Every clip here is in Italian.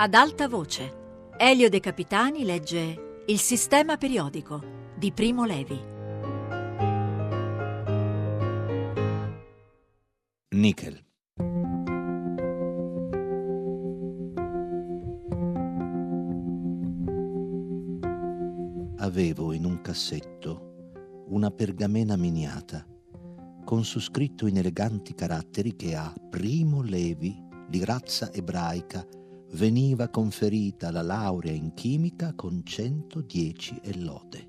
Ad alta voce, Elio De Capitani legge Il sistema periodico di Primo Levi. Nickel. Avevo in un cassetto una pergamena miniata con su scritto in eleganti caratteri che a Primo Levi, di razza ebraica, veniva conferita la laurea in chimica con 110 e lode.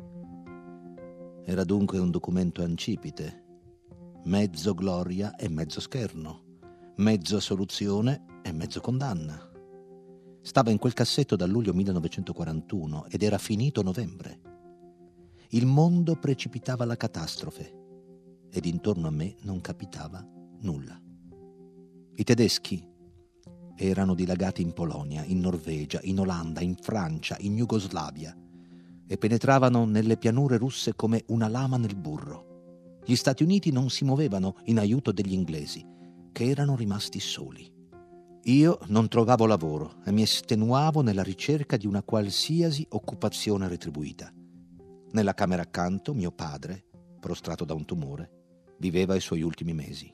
Era dunque un documento ancipite, mezzo gloria e mezzo scherno, mezzo assoluzione e mezzo condanna. Stava in quel cassetto dal luglio 1941 ed era finito novembre. Il mondo precipitava alla catastrofe ed intorno a me non capitava nulla. I tedeschi erano dilagati in Polonia, in Norvegia, in Olanda, in Francia, in Jugoslavia e penetravano nelle pianure russe come una lama nel burro. Gli Stati Uniti non si muovevano in aiuto degli inglesi, che erano rimasti soli. Io non trovavo lavoro e mi estenuavo nella ricerca di una qualsiasi occupazione retribuita. Nella camera accanto, mio padre, prostrato da un tumore, viveva i suoi ultimi mesi.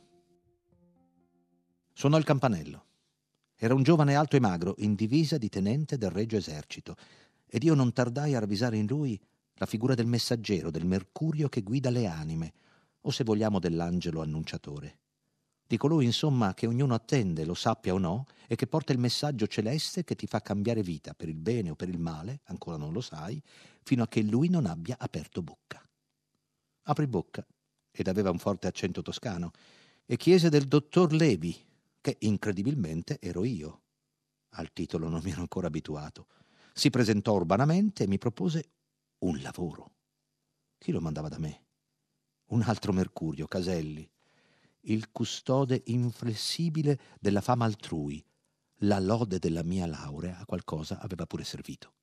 Suonò il campanello. Era un giovane alto e magro, in divisa di tenente del Regio Esercito, ed io non tardai a ravvisare in lui la figura del messaggero, del Mercurio che guida le anime, o se vogliamo dell'angelo annunciatore. Di colui, insomma, che ognuno attende, lo sappia o no, e che porta il messaggio celeste che ti fa cambiare vita, per il bene o per il male, ancora non lo sai, fino a che lui non abbia aperto bocca. Aprì bocca, ed aveva un forte accento toscano, e chiese del dottor Levi, che incredibilmente ero io. Al titolo non mi ero ancora abituato. Si presentò urbanamente e mi propose un lavoro. Chi lo mandava da me? Un altro Mercurio, Caselli, il custode inflessibile della fama altrui. La lode della mia laurea a qualcosa aveva pure servito.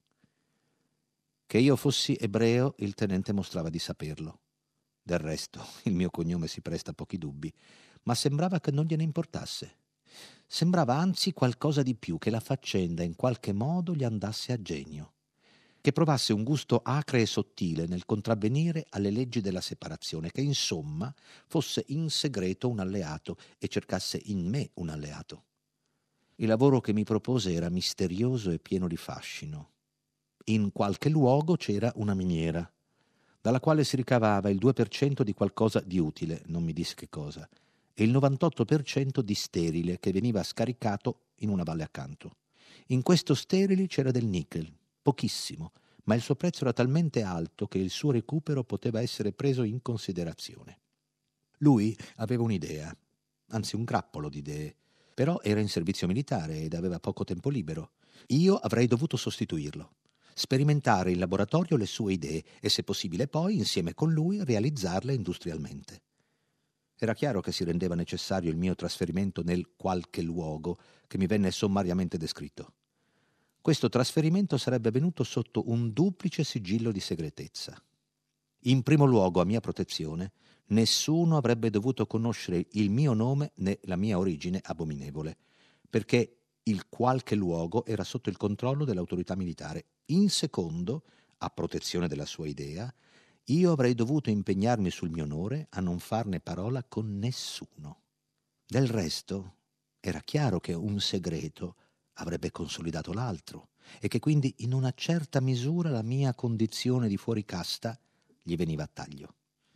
Che io fossi ebreo, il tenente mostrava di saperlo. Del resto, il mio cognome si presta a pochi dubbi, ma sembrava che non gliene importasse. Sembrava anzi qualcosa di più, che la faccenda in qualche modo gli andasse a genio, che provasse un gusto acre e sottile nel contravvenire alle leggi della separazione, che insomma fosse in segreto un alleato e cercasse in me un alleato. Il lavoro che mi propose era misterioso e pieno di fascino. In qualche luogo c'era una miniera, dalla quale si ricavava il 2% di qualcosa di utile, non mi disse che cosa, e il 98% di sterile che veniva scaricato in una valle accanto. In questo sterile c'era del nickel, pochissimo, ma il suo prezzo era talmente alto che il suo recupero poteva essere preso in considerazione. Lui aveva un'idea, anzi un grappolo di idee, però era in servizio militare ed aveva poco tempo libero. Io avrei dovuto sostituirlo, sperimentare in laboratorio le sue idee e, se possibile poi, insieme con lui, realizzarle industrialmente. Era chiaro che si rendeva necessario il mio trasferimento nel qualche luogo che mi venne sommariamente descritto. Questo trasferimento sarebbe avvenuto sotto un duplice sigillo di segretezza. In primo luogo, a mia protezione, nessuno avrebbe dovuto conoscere il mio nome né la mia origine abominevole, perché il qualche luogo era sotto il controllo dell'autorità militare. In secondo, a protezione della sua idea, io avrei dovuto impegnarmi sul mio onore a non farne parola con nessuno. Del resto, era chiaro che un segreto avrebbe consolidato l'altro e che quindi in una certa misura la mia condizione di fuoricasta gli veniva a taglio.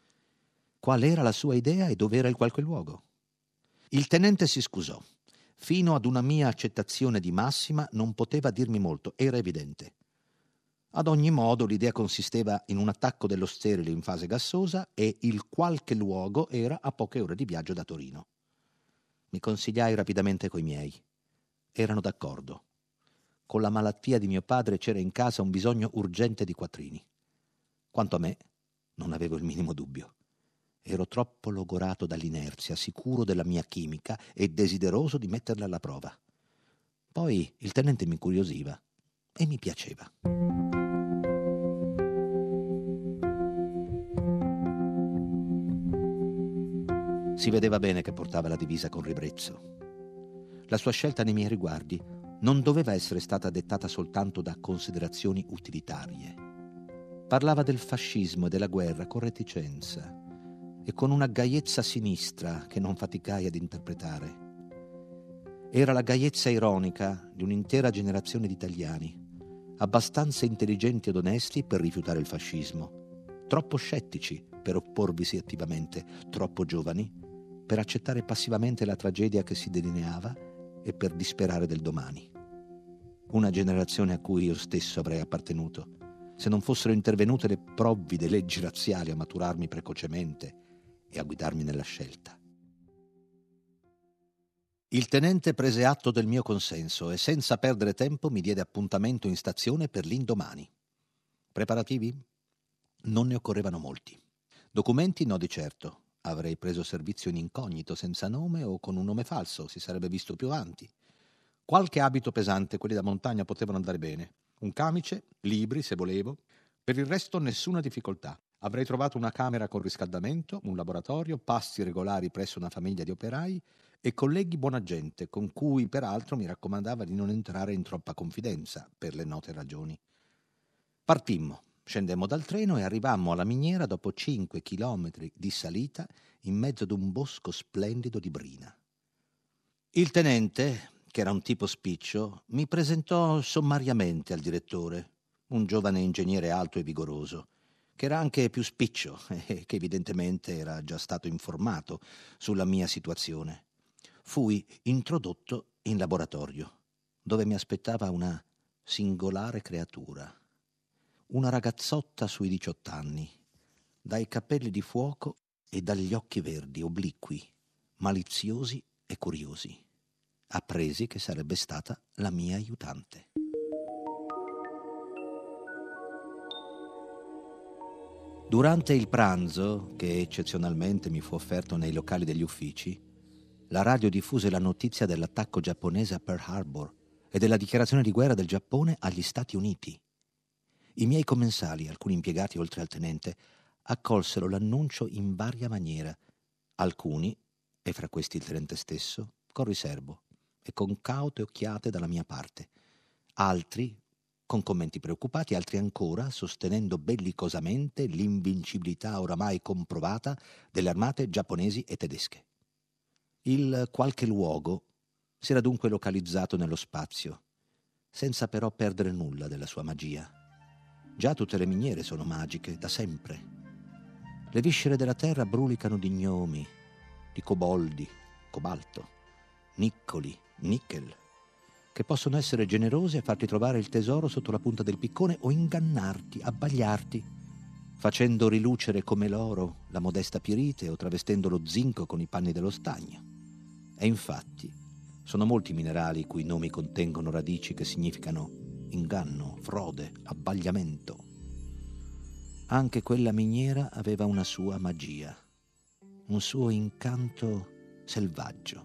Qual era la sua idea e dov'era il qualche luogo? Il tenente si scusò. Fino ad una mia accettazione di massima non poteva dirmi molto, era evidente. Ad ogni modo l'idea consisteva in un attacco dello sterile in fase gassosa e il qualche luogo era a poche ore di viaggio da Torino. Mi consigliai rapidamente coi miei. Erano d'accordo. Con la malattia di mio padre c'era in casa un bisogno urgente di quattrini. Quanto a me, non avevo il minimo dubbio. Ero troppo logorato dall'inerzia, sicuro della mia chimica e desideroso di metterla alla prova. Poi il tenente mi incuriosiva e mi piaceva. Si vedeva bene che portava la divisa con ribrezzo. La sua scelta nei miei riguardi non doveva essere stata dettata soltanto da considerazioni utilitarie. Parlava del fascismo e della guerra con reticenza e con una gaiezza sinistra che non faticai ad interpretare. Era la gaiezza ironica di un'intera generazione di italiani, abbastanza intelligenti ed onesti per rifiutare il fascismo, troppo scettici per opporvisi attivamente, troppo giovani per accettare passivamente la tragedia che si delineava e per disperare del domani. Una generazione a cui io stesso avrei appartenuto, se non fossero intervenute le provvide leggi razziali a maturarmi precocemente e a guidarmi nella scelta. Il tenente prese atto del mio consenso e senza perdere tempo mi diede appuntamento in stazione per l'indomani. Preparativi? Non ne occorrevano molti. Documenti no di certo. Avrei preso servizio in incognito, senza nome o con un nome falso, si sarebbe visto più avanti. Qualche abito pesante, quelli da montagna potevano andare bene. Un camice, libri se volevo. Per il resto nessuna difficoltà. Avrei trovato una camera con riscaldamento, un laboratorio, pasti regolari presso una famiglia di operai e colleghi buona gente, con cui peraltro mi raccomandava di non entrare in troppa confidenza, per le note ragioni. Partimmo, scendemmo dal treno e arrivammo alla miniera dopo 5 chilometri di salita in mezzo ad un bosco splendido di brina. Il tenente, che era un tipo spiccio, mi presentò sommariamente al direttore, un giovane ingegnere alto e vigoroso, che era anche più spiccio e che evidentemente era già stato informato sulla mia situazione. Fui introdotto in laboratorio, dove mi aspettava una singolare creatura, una ragazzotta sui 18 anni, dai capelli di fuoco e dagli occhi verdi, obliqui, maliziosi e curiosi. Appresi che sarebbe stata la mia aiutante. Durante il pranzo, che eccezionalmente mi fu offerto nei locali degli uffici, la radio diffuse la notizia dell'attacco giapponese a Pearl Harbor e della dichiarazione di guerra del Giappone agli Stati Uniti. I miei commensali, alcuni impiegati oltre al tenente, accolsero l'annuncio in varia maniera, alcuni, e fra questi il tenente stesso, con riservo e con caute occhiate dalla mia parte, altri con commenti preoccupati, altri ancora sostenendo bellicosamente l'invincibilità oramai comprovata delle armate giapponesi e tedesche. Il qualche luogo si era dunque localizzato nello spazio, senza però perdere nulla della sua magia. Già tutte le miniere sono magiche, da sempre. Le viscere della terra brulicano di gnomi, di coboldi, cobalto, niccoli, nickel, che possono essere generose e farti trovare il tesoro sotto la punta del piccone o ingannarti, abbagliarti, facendo rilucere come l'oro la modesta pirite o travestendo lo zinco con i panni dello stagno. E infatti sono molti minerali i cui nomi contengono radici che significano inganno, frode, abbagliamento. Anche quella miniera aveva una sua magia, un suo incanto selvaggio.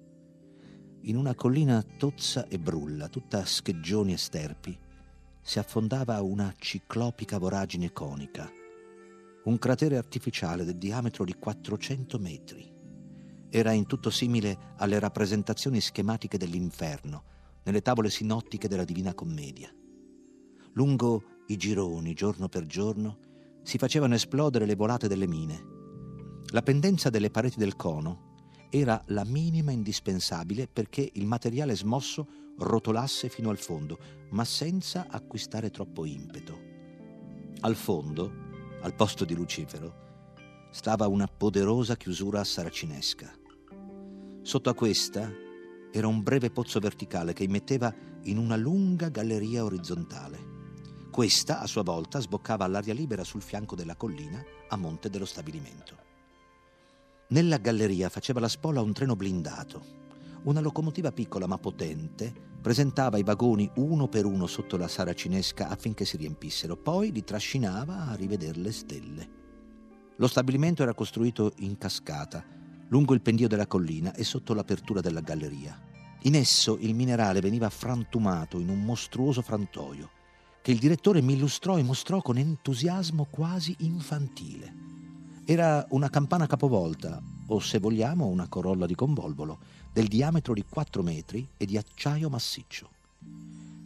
In una collina tozza e brulla, tutta scheggioni e sterpi, si affondava una ciclopica voragine conica, un cratere artificiale del diametro di 400 metri. Era in tutto simile alle rappresentazioni schematiche dell'inferno, nelle tavole sinottiche della Divina Commedia. Lungo i gironi, giorno per giorno, si facevano esplodere le volate delle mine. La pendenza delle pareti del cono era la minima indispensabile perché il materiale smosso rotolasse fino al fondo, ma senza acquistare troppo impeto. Al fondo, al posto di Lucifero, stava una poderosa chiusura saracinesca. Sotto a questa era un breve pozzo verticale che immetteva in una lunga galleria orizzontale. Questa, a sua volta, sboccava all'aria libera sul fianco della collina a monte dello stabilimento. Nella galleria faceva la spola un treno blindato. Una locomotiva piccola ma potente presentava i vagoni uno per uno sotto la saracinesca affinché si riempissero, poi li trascinava a rivedere le stelle. Lo stabilimento era costruito in cascata, lungo il pendio della collina e sotto l'apertura della galleria. In esso il minerale veniva frantumato in un mostruoso frantoio, che il direttore mi illustrò e mostrò con entusiasmo quasi infantile. Era una campana capovolta, o se vogliamo una corolla di convolvolo, del diametro di 4 metri e di acciaio massiccio.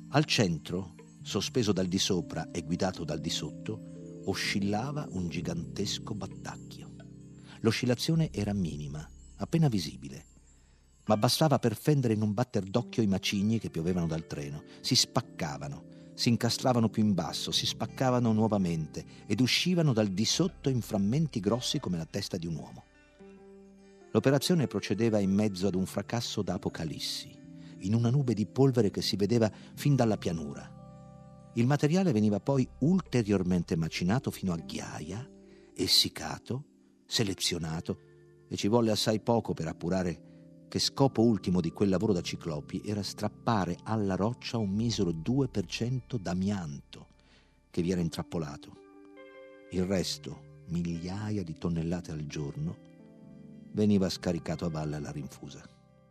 Al centro, sospeso dal di sopra e guidato dal di sotto, oscillava un gigantesco battacchio. L'oscillazione era minima, appena visibile, ma bastava per fendere in un batter d'occhio i macigni che piovevano dal treno. Si spaccavano, si incastravano più in basso, si spaccavano nuovamente ed uscivano dal di sotto in frammenti grossi come la testa di un uomo. L'operazione procedeva in mezzo ad un fracasso da apocalissi, in una nube di polvere che si vedeva fin dalla pianura. Il materiale veniva poi ulteriormente macinato fino a ghiaia, essiccato, selezionato, e ci volle assai poco per appurare che scopo ultimo di quel lavoro da ciclopi era strappare alla roccia un misero 2% d'amianto che vi era intrappolato. Il resto, migliaia di tonnellate al giorno, veniva scaricato a valle alla rinfusa.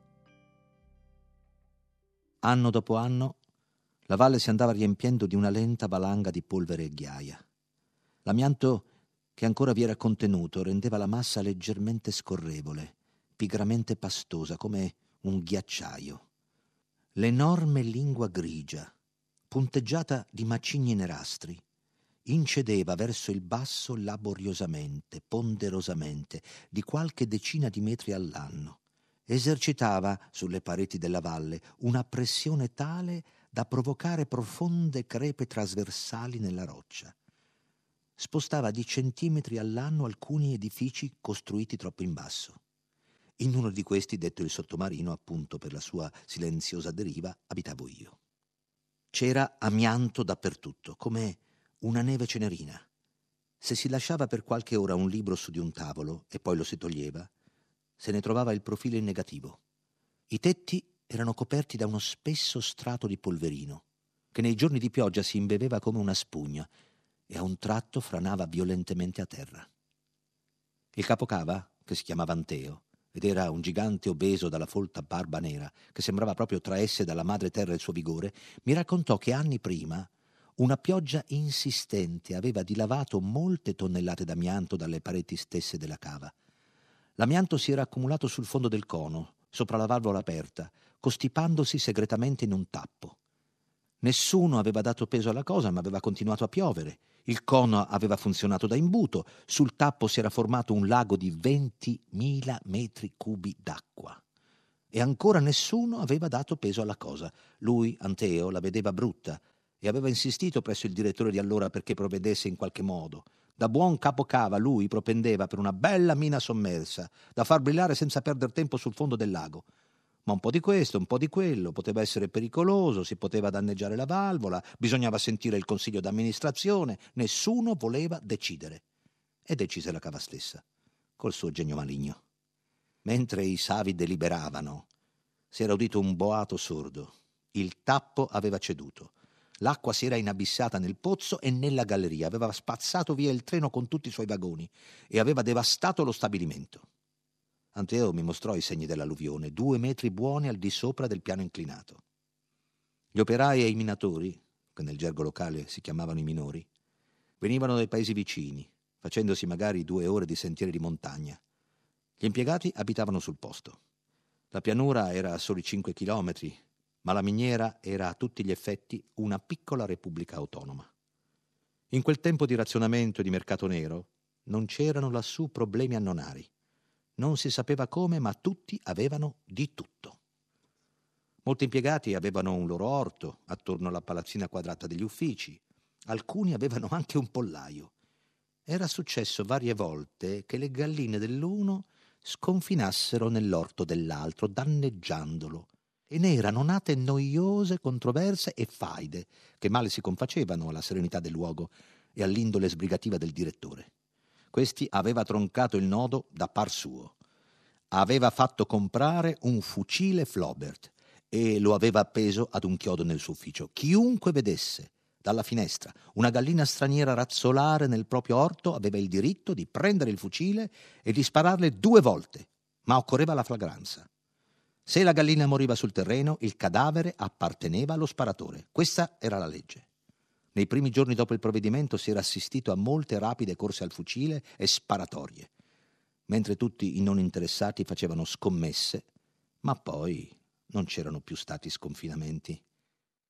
Anno dopo anno, la valle si andava riempiendo di una lenta valanga di polvere e ghiaia. L'amianto che ancora vi era contenuto rendeva la massa leggermente scorrevole, pigramente pastosa, come un ghiacciaio. L'enorme lingua grigia, punteggiata di macigni nerastri, incedeva verso il basso laboriosamente, ponderosamente, di qualche decina di metri all'anno. Esercitava sulle pareti della valle una pressione tale da provocare profonde crepe trasversali nella roccia. Spostava di centimetri all'anno alcuni edifici costruiti troppo in basso. In uno di questi, detto il sottomarino, appunto per la sua silenziosa deriva, abitavo io. C'era amianto dappertutto, come una neve cenerina. Se si lasciava per qualche ora un libro su di un tavolo e poi lo si toglieva, se ne trovava il profilo in negativo. I tetti erano coperti da uno spesso strato di polverino, che nei giorni di pioggia si imbeveva come una spugna e a un tratto franava violentemente a terra. Il capocava, che si chiamava Anteo, ed era un gigante obeso dalla folta barba nera, che sembrava proprio traesse dalla madre terra il suo vigore, mi raccontò che anni prima una pioggia insistente aveva dilavato molte tonnellate d'amianto dalle pareti stesse della cava. L'amianto si era accumulato sul fondo del cono, sopra la valvola aperta, costipandosi segretamente in un tappo. Nessuno aveva dato peso alla cosa, ma aveva continuato a piovere. Il cono aveva funzionato da imbuto. Sul tappo si era formato un lago di 20.000 metri cubi d'acqua. E ancora nessuno aveva dato peso alla cosa. Lui, Anteo, la vedeva brutta e aveva insistito presso il direttore di allora perché provvedesse in qualche modo. Da buon capocava lui propendeva per una bella mina sommersa, da far brillare senza perder tempo sul fondo del lago. Ma un po' di questo, un po' di quello, poteva essere pericoloso, si poteva danneggiare la valvola, bisognava sentire il consiglio d'amministrazione, nessuno voleva decidere. E decise la cava stessa, col suo genio maligno. Mentre i savi deliberavano, si era udito un boato sordo. Il tappo aveva ceduto. L'acqua si era inabissata nel pozzo e nella galleria, aveva spazzato via il treno con tutti i suoi vagoni e aveva devastato lo stabilimento. Anteo mi mostrò i segni dell'alluvione, 2 metri buoni al di sopra del piano inclinato. Gli operai e i minatori, che nel gergo locale si chiamavano i minori, venivano dai paesi vicini, facendosi magari 2 ore di sentieri di montagna. Gli impiegati abitavano sul posto. La pianura era a soli 5 chilometri, ma la miniera era a tutti gli effetti una piccola repubblica autonoma. In quel tempo di razionamento e di mercato nero non c'erano lassù problemi annonari. Non si sapeva come, ma tutti avevano di tutto. Molti impiegati avevano un loro orto attorno alla palazzina quadrata degli uffici. Alcuni avevano anche un pollaio. Era successo varie volte che le galline dell'uno sconfinassero nell'orto dell'altro, danneggiandolo, e ne erano nate noiose controverse e faide che male si confacevano alla serenità del luogo e all'indole sbrigativa del direttore. Questi aveva troncato il nodo da par suo. Aveva fatto comprare un fucile Flaubert e lo aveva appeso ad un chiodo nel suo ufficio. Chiunque vedesse dalla finestra una gallina straniera razzolare nel proprio orto aveva il diritto di prendere il fucile e di spararle 2 volte, ma occorreva la flagranza. Se la gallina moriva sul terreno, il cadavere apparteneva allo sparatore. Questa era la legge. Nei primi giorni dopo il provvedimento si era assistito a molte rapide corse al fucile e sparatorie, mentre tutti i non interessati facevano scommesse, ma poi non c'erano più stati sconfinamenti.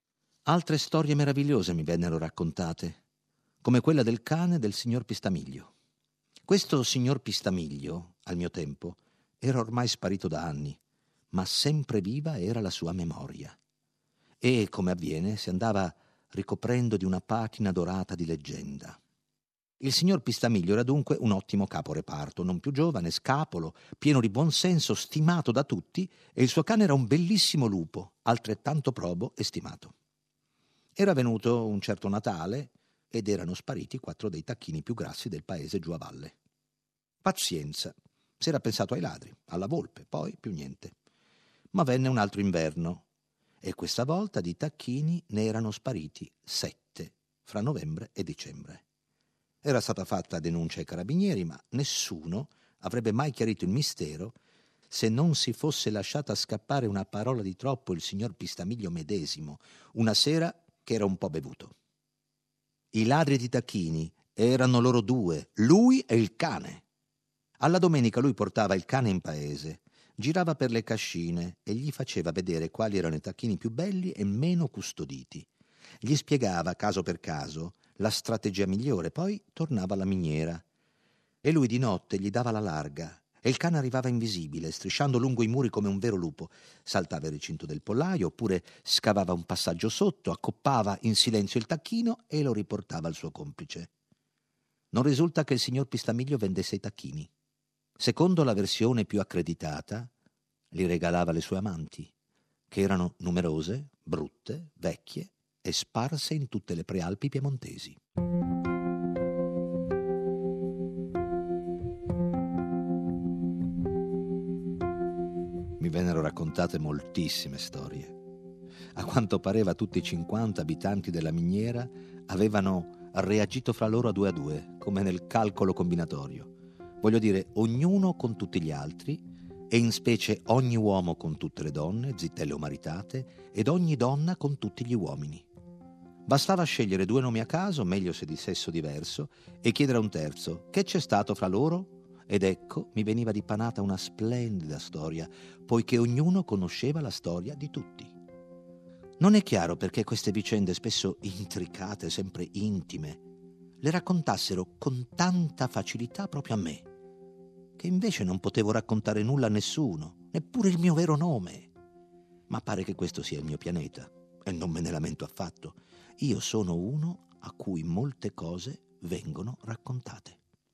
Altre storie meravigliose mi vennero raccontate, come quella del cane del signor Pistamiglio. Questo signor Pistamiglio, al mio tempo, era ormai sparito da anni, ma sempre viva era la sua memoria. E, come avviene, si andava ricoprendo di una patina dorata di leggenda. Il signor Pistamiglio era dunque un ottimo caporeparto, non più giovane, scapolo, pieno di buon senso, stimato da tutti, e il suo cane era un bellissimo lupo, altrettanto probo e stimato. Era venuto un certo Natale ed erano spariti 4 dei tacchini più grassi del paese giù a valle. Pazienza, si era pensato ai ladri, alla volpe, poi più niente. Ma venne un altro inverno e questa volta di tacchini ne erano spariti 7 fra novembre e dicembre. Era stata fatta denuncia ai carabinieri, ma nessuno avrebbe mai chiarito il mistero se non si fosse lasciata scappare una parola di troppo il signor Pistamiglio medesimo, una sera che era un po' bevuto. I ladri di tacchini erano loro 2, lui e il cane. Alla domenica lui portava il cane in paese, girava per le cascine e gli faceva vedere quali erano i tacchini più belli e meno custoditi. Gli spiegava, caso per caso, la strategia migliore, poi tornava alla miniera. E lui di notte gli dava la larga e il cane arrivava invisibile, strisciando lungo i muri come un vero lupo. Saltava il recinto del pollaio, oppure scavava un passaggio sotto, accoppava in silenzio il tacchino e lo riportava al suo complice. Non risulta che il signor Pistamiglio vendesse i tacchini. Secondo la versione più accreditata, li regalava alle sue amanti, che erano numerose, brutte, vecchie e sparse in tutte le prealpi piemontesi. Mi vennero raccontate moltissime storie. A quanto pareva tutti i 50 abitanti della miniera avevano reagito fra loro a due, come nel calcolo combinatorio. Voglio dire, ognuno con tutti gli altri, e in specie ogni uomo con tutte le donne, zitelle o maritate, ed ogni donna con tutti gli uomini. Bastava scegliere 2 nomi a caso, meglio se di sesso diverso, e chiedere a un terzo che c'è stato fra loro, ed ecco mi veniva dipanata una splendida storia, poiché ognuno conosceva la storia di tutti. Non è chiaro perché queste vicende, spesso intricate, sempre intime, le raccontassero con tanta facilità proprio a me, che invece non potevo raccontare nulla a nessuno, neppure il mio vero nome. Ma pare che questo sia il mio pianeta, e non me ne lamento affatto. Io sono uno a cui molte cose vengono raccontate.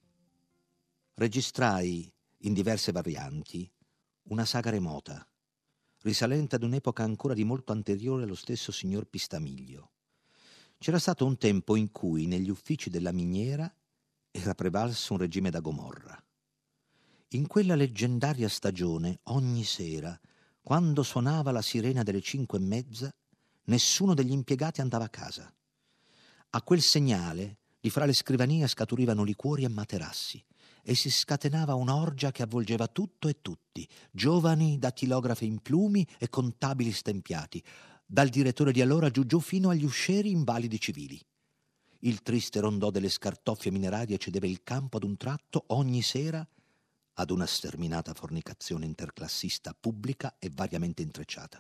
Registrai, in diverse varianti, una saga remota, risalente ad un'epoca ancora di molto anteriore allo stesso signor Pistamiglio. C'era stato un tempo in cui negli uffici della miniera era prevalso un regime da Gomorra. In quella leggendaria stagione, ogni sera, quando suonava la sirena delle 5:30, nessuno degli impiegati andava a casa. A quel segnale, di fra le scrivanie scaturivano liquori e materassi, e si scatenava un'orgia che avvolgeva tutto e tutti, giovani dattilografe in plumi e contabili stempiati, dal direttore di allora giù fino agli uscieri invalidi civili. Il triste rondò delle scartoffie minerarie cedeva il campo ad un tratto ogni sera ad una sterminata fornicazione interclassista pubblica e variamente intrecciata.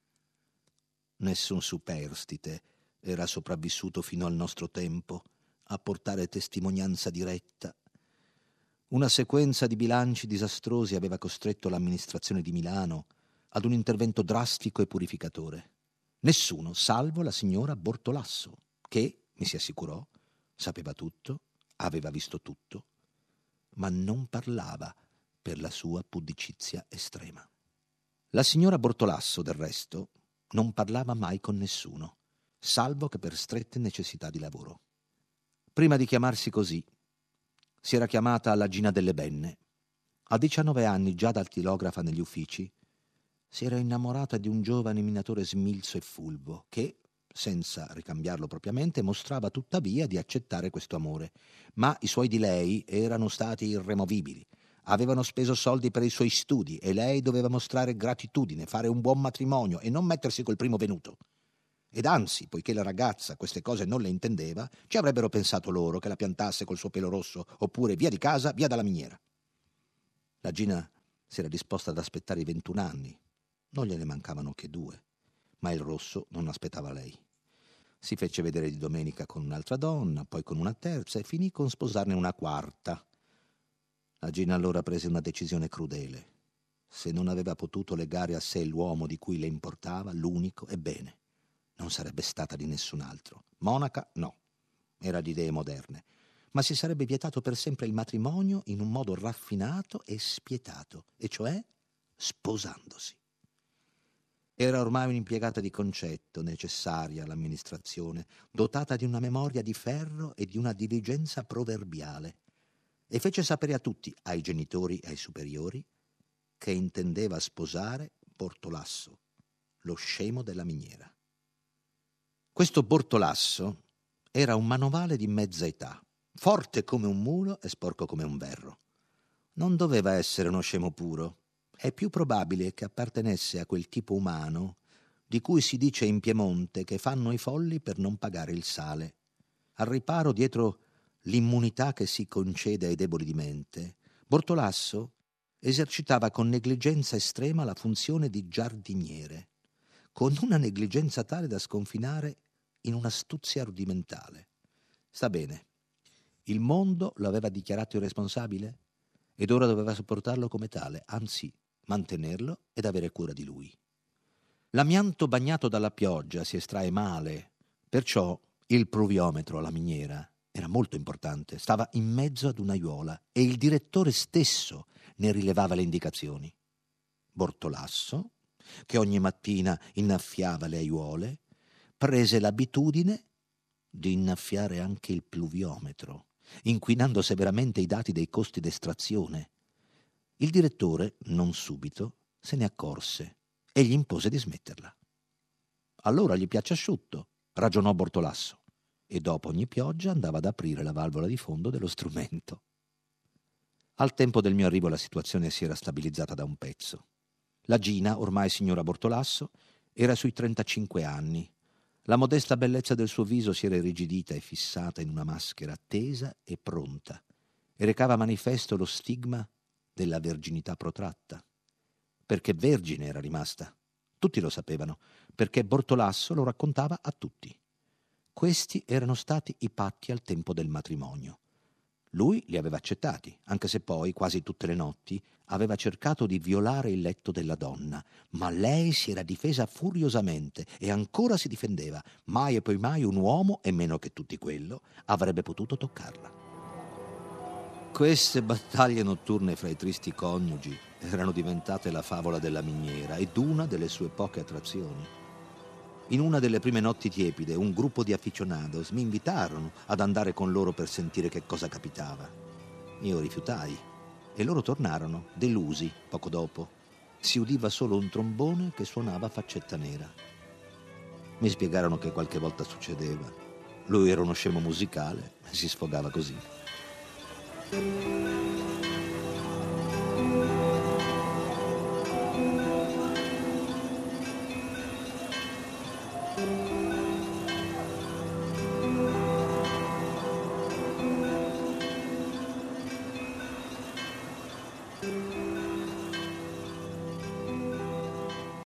Nessun superstite era sopravvissuto fino al nostro tempo a portare testimonianza diretta. Una sequenza di bilanci disastrosi aveva costretto l'amministrazione di Milano ad un intervento drastico e purificatore. Nessuno, salvo la signora Bortolasso, che, mi si assicurò, sapeva tutto, aveva visto tutto, ma non parlava per la sua pudicizia estrema. La signora Bortolasso, del resto, non parlava mai con nessuno, salvo che per strette necessità di lavoro. Prima di chiamarsi così, si era chiamata la Gina delle Benne. A 19 anni, già dattilografa negli uffici, si era innamorata di un giovane minatore smilzo e fulvo che, senza ricambiarlo propriamente, mostrava tuttavia di accettare questo amore. Ma i suoi di lei erano stati irremovibili. Avevano speso soldi per i suoi studi e lei doveva mostrare gratitudine, fare un buon matrimonio e non mettersi col primo venuto. Ed anzi, poiché la ragazza queste cose non le intendeva, ci avrebbero pensato loro che la piantasse col suo pelo rosso, oppure via di casa, via dalla miniera. La Gina si era disposta ad aspettare i 21 anni. Non gliene mancavano che 2, ma il rosso non aspettava lei. Si fece vedere di domenica con un'altra donna, poi con una terza e finì con sposarne una quarta. La Gina allora prese una decisione crudele. Se non aveva potuto legare a sé l'uomo di cui le importava, l'unico, ebbene, non sarebbe stata di nessun altro. Monaca, no, era di idee moderne, ma si sarebbe vietato per sempre il matrimonio in un modo raffinato e spietato, e cioè sposandosi. Era ormai un'impiegata di concetto, necessaria all'amministrazione, dotata di una memoria di ferro e di una diligenza proverbiale, e fece sapere a tutti, ai genitori e ai superiori, che intendeva sposare Bortolasso, lo scemo della miniera. Questo Bortolasso era un manovale di mezza età, forte come un mulo e sporco come un verro. Non doveva essere uno scemo puro. È più probabile che appartenesse a quel tipo umano di cui si dice in Piemonte che fanno i folli per non pagare il sale. Al riparo dietro l'immunità che si concede ai deboli di mente, Bortolasso esercitava con negligenza estrema la funzione di giardiniere, con una negligenza tale da sconfinare in un'astuzia rudimentale. Sta bene, il mondo lo aveva dichiarato irresponsabile ed ora doveva sopportarlo come tale, anzi mantenerlo ed avere cura di lui. L'amianto bagnato dalla pioggia si estrae male, perciò il pluviometro alla miniera era molto importante, stava in mezzo ad un'aiuola e il direttore stesso ne rilevava le indicazioni. Bortolasso, che ogni mattina innaffiava le aiuole, prese l'abitudine di innaffiare anche il pluviometro, inquinando severamente i dati dei costi d'estrazione. Il direttore, non subito, se ne accorse e gli impose di smetterla. Allora gli piace asciutto, ragionò Bortolasso, e dopo ogni pioggia andava ad aprire la valvola di fondo dello strumento. Al tempo del mio arrivo la situazione si era stabilizzata da un pezzo. La Gina, ormai signora Bortolasso, era sui 35 anni. La modesta bellezza del suo viso si era irrigidita e fissata in una maschera tesa e pronta, e recava manifesto lo stigma della verginità protratta. Perché vergine era rimasta. Tutti lo sapevano, perché Bortolasso lo raccontava a tutti. Questi erano stati i patti al tempo del matrimonio. Lui li aveva accettati, anche se poi, quasi tutte le notti, aveva cercato di violare il letto della donna, ma lei si era difesa furiosamente e ancora si difendeva. Mai e poi mai un uomo, e meno che tutti quello, avrebbe potuto toccarla. Queste battaglie notturne fra i tristi coniugi erano diventate la favola della miniera ed una delle sue poche attrazioni. In una delle prime notti tiepide, un gruppo di aficionados mi invitarono ad andare con loro per sentire che cosa capitava. Io rifiutai e loro tornarono, delusi, poco dopo. Si udiva solo un trombone che suonava a faccetta nera. Mi spiegarono che qualche volta succedeva. Lui era uno scemo musicale e si sfogava così.